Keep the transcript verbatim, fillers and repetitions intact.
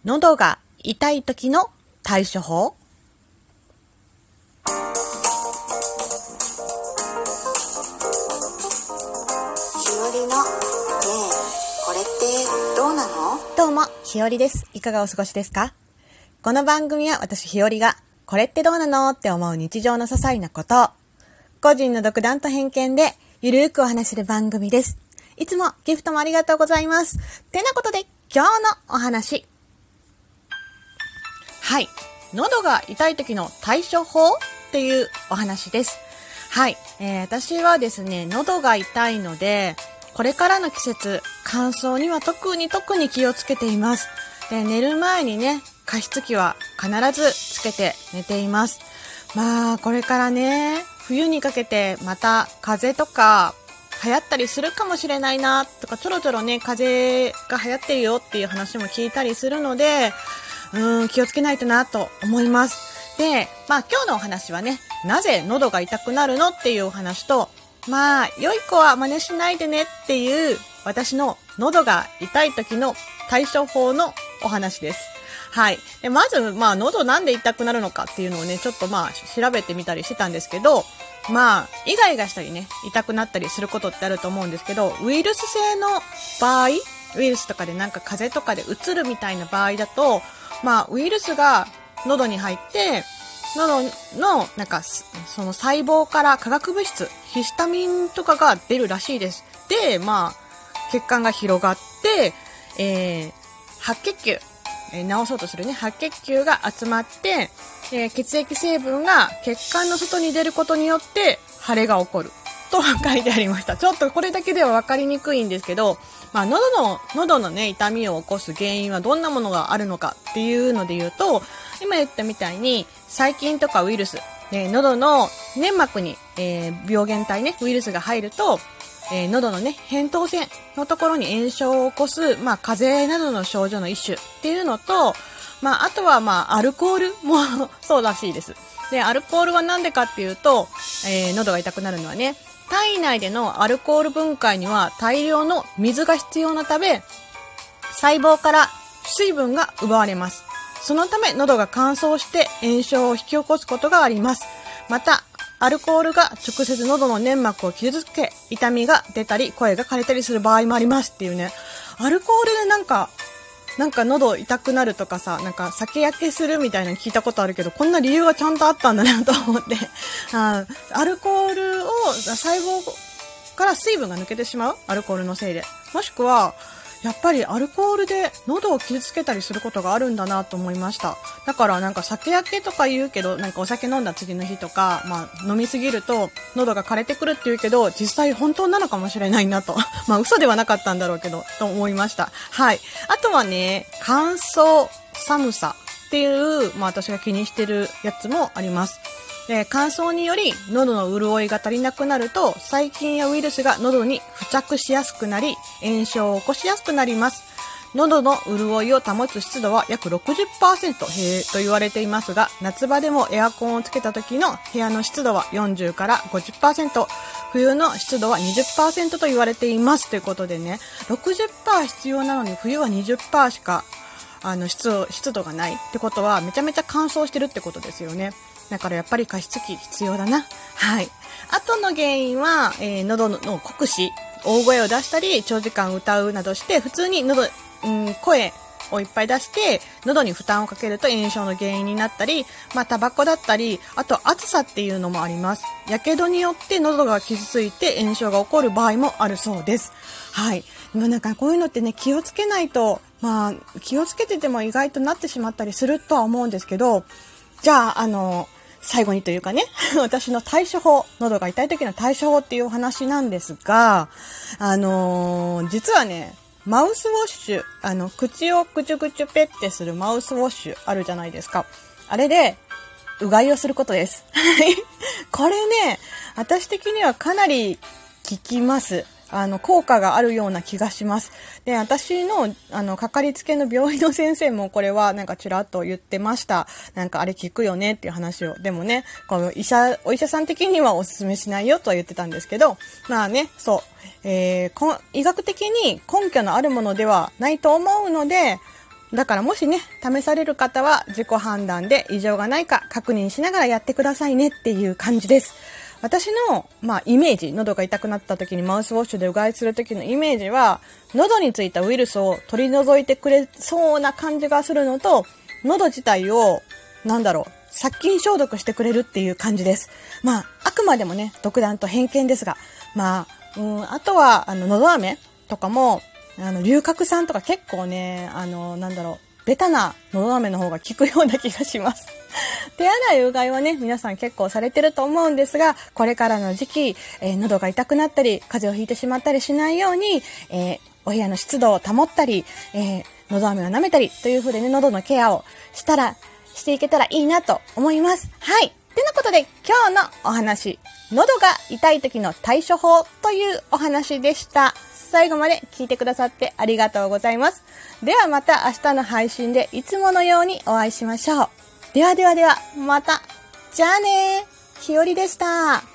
喉が痛い時の対処法。 ひよりのねえこれってどうなの？ どうも、ひよりです。いかがお過ごしですか？この番組は私ひよりがこれってどうなのって思う日常の些細なことを個人の独断と偏見でゆるーくお話しする番組です。いつもギフトもありがとうございます。てなことで今日のお話。はい。喉が痛い時の対処法っていうお話です。はい。えー、私はですね、喉が痛いので、これからの季節、乾燥には特に特に気をつけています。で、寝る前にね、加湿器は必ずつけて寝ています。まあ、これからね、冬にかけてまた風邪とか流行ったりするかもしれないなとか、ちょろちょろね、風邪が流行ってるよっていう話も聞いたりするので、うーん、気をつけないとなと思います。で、まあ今日のお話はね、なぜ喉が痛くなるのっていうお話と、まあ、良い子は真似しないでねっていう私の喉が痛い時の対処法のお話です。はい。で、まず、まあ、喉なんで痛くなるのかっていうのをね、ちょっとまあ、調べてみたりしてたんですけど、まあ、イガイガしたりね、痛くなったりすることってあると思うんですけど、ウイルス性の場合、ウイルスとかでなんか風邪とかでうつるみたいな場合だと、まあ、ウイルスが喉に入って、喉の、なんか、その細胞から化学物質、ヒスタミンとかが出るらしいです。で、まあ、血管が広がって、えー、白血球、えー、治そうとするね、白血球が集まって、えー、血液成分が血管の外に出ることによって、腫れが起こる。と書いてありました。ちょっとこれだけでは分かりにくいんですけど、まあ、喉の、喉のね、痛みを起こす原因はどんなものがあるのかっていうので言うと、今言ったみたいに、細菌とかウイルス、ね、喉の粘膜に、えー、病原体ね、ウイルスが入ると、えー、喉のね、扁桃腺のところに炎症を起こす、まあ、風邪などの症状の一種っていうのと、まあ、あとは、まあ、アルコールもそうらしいです。で、アルコールはなんでかっていうと、えー、喉が痛くなるのはね、体内でのアルコール分解には大量の水が必要なため、細胞から水分が奪われます。そのため喉が乾燥して炎症を引き起こすことがあります。また、アルコールが直接喉の粘膜を傷つけ、痛みが出たり、声が枯れたりする場合もありますっていうね。アルコールでなんか、なんか喉痛くなるとかさ、なんか酒焼けするみたいなの聞いたことあるけど、こんな理由がちゃんとあったんだなと思って。あアルコールを、細胞から水分が抜けてしまう？アルコールのせいで。もしくは、やっぱりアルコールで喉を傷つけたりすることがあるんだなと思いました。だからなんか酒焼けとか言うけど、なんかお酒飲んだ次の日とか、まあ飲みすぎると喉が枯れてくるって言うけど、実際本当なのかもしれないなと。まあ嘘ではなかったんだろうけど、と思いました。はい。あとはね、乾燥、寒さっていう、まあ私が気にしてるやつもあります。で、乾燥により喉の潤いが足りなくなると細菌やウイルスが喉に付着しやすくなり炎症を起こしやすくなります。喉の潤いを保つ湿度は約 ろくじゅっパーセント へと言われていますが、夏場でもエアコンをつけた時の部屋の湿度はよんじゅうからごじゅっパーセント、冬の湿度は にじゅっパーセント と言われていますということでね、ろくじゅっパーセント 必要なのに冬は にじゅっパーセント しかあの湿度、湿度がないってことはめちゃめちゃ乾燥してるってことですよね。だからやっぱり加湿器必要だな。はい。あとの原因は、えー、喉の酷使、大声を出したり、長時間歌うなどして、普通に喉、うん、声をいっぱい出して、喉に負担をかけると炎症の原因になったり、まあ、タバコだったり、あと暑さっていうのもあります。やけどによって喉が傷ついて炎症が起こる場合もあるそうです。はい。でもなんかこういうのってね、気をつけないと、まあ、気をつけてても意外となってしまったりするとは思うんですけど、じゃあ、あの、最後にというかね、私の対処法、喉が痛い時の対処法っていうお話なんですが、あのー、実はね、マウスウォッシュ、あの、口をくちゅくちゅペッてするマウスウォッシュあるじゃないですか。あれで、うがいをすることです。これね、私的にはかなり効きます。あの、効果があるような気がします。で、私の、あの、かかりつけの病院の先生もこれはなんかちらっと言ってました。なんかあれ効くよねっていう話を。でもね、この医者、お医者さん的にはお勧めしないよとは言ってたんですけど、まあね、そう。えー、医学的に根拠のあるものではないと思うので、 だからもしね、試される方は自己判断で異常がないか確認しながらやってくださいねっていう感じです。私の、まあ、イメージ、喉が痛くなった時にマウスウォッシュでうがいする時のイメージは、喉についたウイルスを取り除いてくれそうな感じがするのと、喉自体を、なんだろう、殺菌消毒してくれるっていう感じです。まあ、あくまでもね、独断と偏見ですが、まあ、うん、あとは、あの、喉飴とかも、あの、龍角散とか結構ね、あの、なんだろう、ベタな喉飴の方が効くような気がします。手洗いうがいはね、皆さん結構されてると思うんですが、これからの時期、えー、喉が痛くなったり、風邪をひいてしまったりしないように、えー、お部屋の湿度を保ったり、えー、喉飴を舐めたりという風でね、喉のケアをしたら、していけたらいいなと思います。はい。てなことで、今日のお話、喉が痛い時の対処法というお話でした。最後まで聞いてくださってありがとうございます。ではまた明日の配信でいつものようにお会いしましょう。ではではでは、また。じゃあねー。ひよりでした。